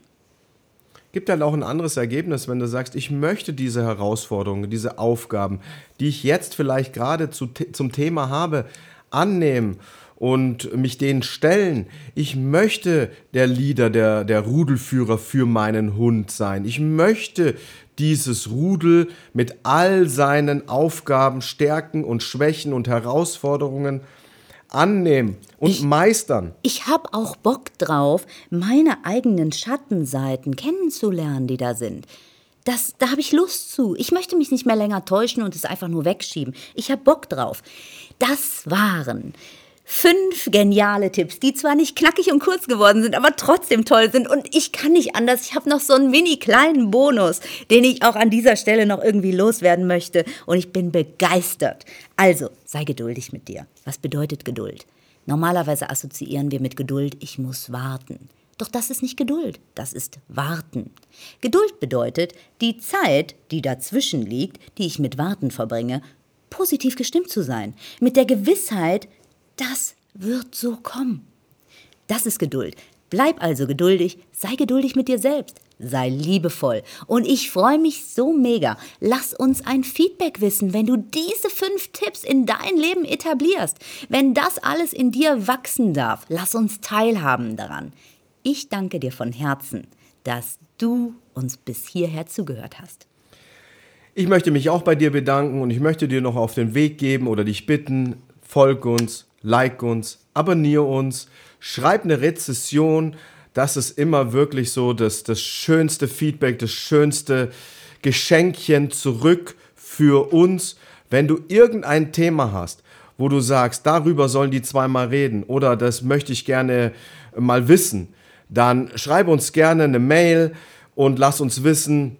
Gibt halt auch ein anderes Ergebnis, wenn du sagst, ich möchte diese Herausforderungen, diese Aufgaben, die ich jetzt vielleicht gerade zu, zum Thema habe, annehmen und mich denen stellen. Ich möchte der Leader, der, der Rudelführer für meinen Hund sein. Ich möchte dieses Rudel mit all seinen Aufgaben, Stärken und Schwächen und Herausforderungen annehmen und ich, meistern. Ich habe auch Bock drauf, meine eigenen Schattenseiten kennenzulernen, die da sind. Das, da habe ich Lust zu. Ich möchte mich nicht mehr länger täuschen und es einfach nur wegschieben. Ich habe Bock drauf. Das waren fünf geniale Tipps, die zwar nicht knackig und kurz geworden sind, aber trotzdem toll sind. Und ich kann nicht anders. Ich habe noch so einen mini kleinen Bonus, den ich auch an dieser Stelle noch irgendwie loswerden möchte. Und ich bin begeistert. Also, sei geduldig mit dir. Was bedeutet Geduld? Normalerweise assoziieren wir mit Geduld, ich muss warten. Doch das ist nicht Geduld, das ist Warten. Geduld bedeutet, die Zeit, die dazwischen liegt, die ich mit Warten verbringe, positiv gestimmt zu sein. Mit der Gewissheit, das wird so kommen. Das ist Geduld. Bleib also geduldig, sei geduldig mit dir selbst, sei liebevoll. Und ich freue mich so mega. Lass uns ein Feedback wissen, wenn du diese fünf Tipps in dein Leben etablierst. Wenn das alles in dir wachsen darf, lass uns teilhaben daran. Ich danke dir von Herzen, dass du uns bis hierher zugehört hast. Ich möchte mich auch bei dir bedanken und ich möchte dir noch auf den Weg geben oder dich bitten, folg uns, like uns, abonniere uns, schreib eine Rezession. Das ist immer wirklich so das, das schönste Feedback, das schönste Geschenkchen zurück für uns. Wenn du irgendein Thema hast, wo du sagst, darüber sollen die zweimal reden oder das möchte ich gerne mal wissen, dann schreib uns gerne eine Mail und lass uns wissen,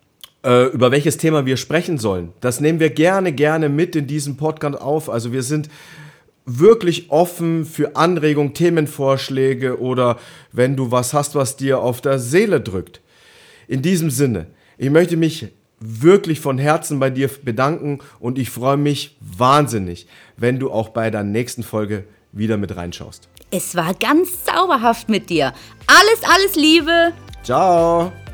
äh, über welches Thema wir sprechen sollen. Das nehmen wir gerne, gerne mit in diesem Podcast auf. Also wir sind wirklich offen für Anregungen, Themenvorschläge oder wenn du was hast, was dir auf der Seele drückt. In diesem Sinne, ich möchte mich wirklich von Herzen bei dir bedanken und ich freue mich wahnsinnig, wenn du auch bei der nächsten Folge wieder mit reinschaust. Es war ganz zauberhaft mit dir. Alles, alles Liebe. Ciao.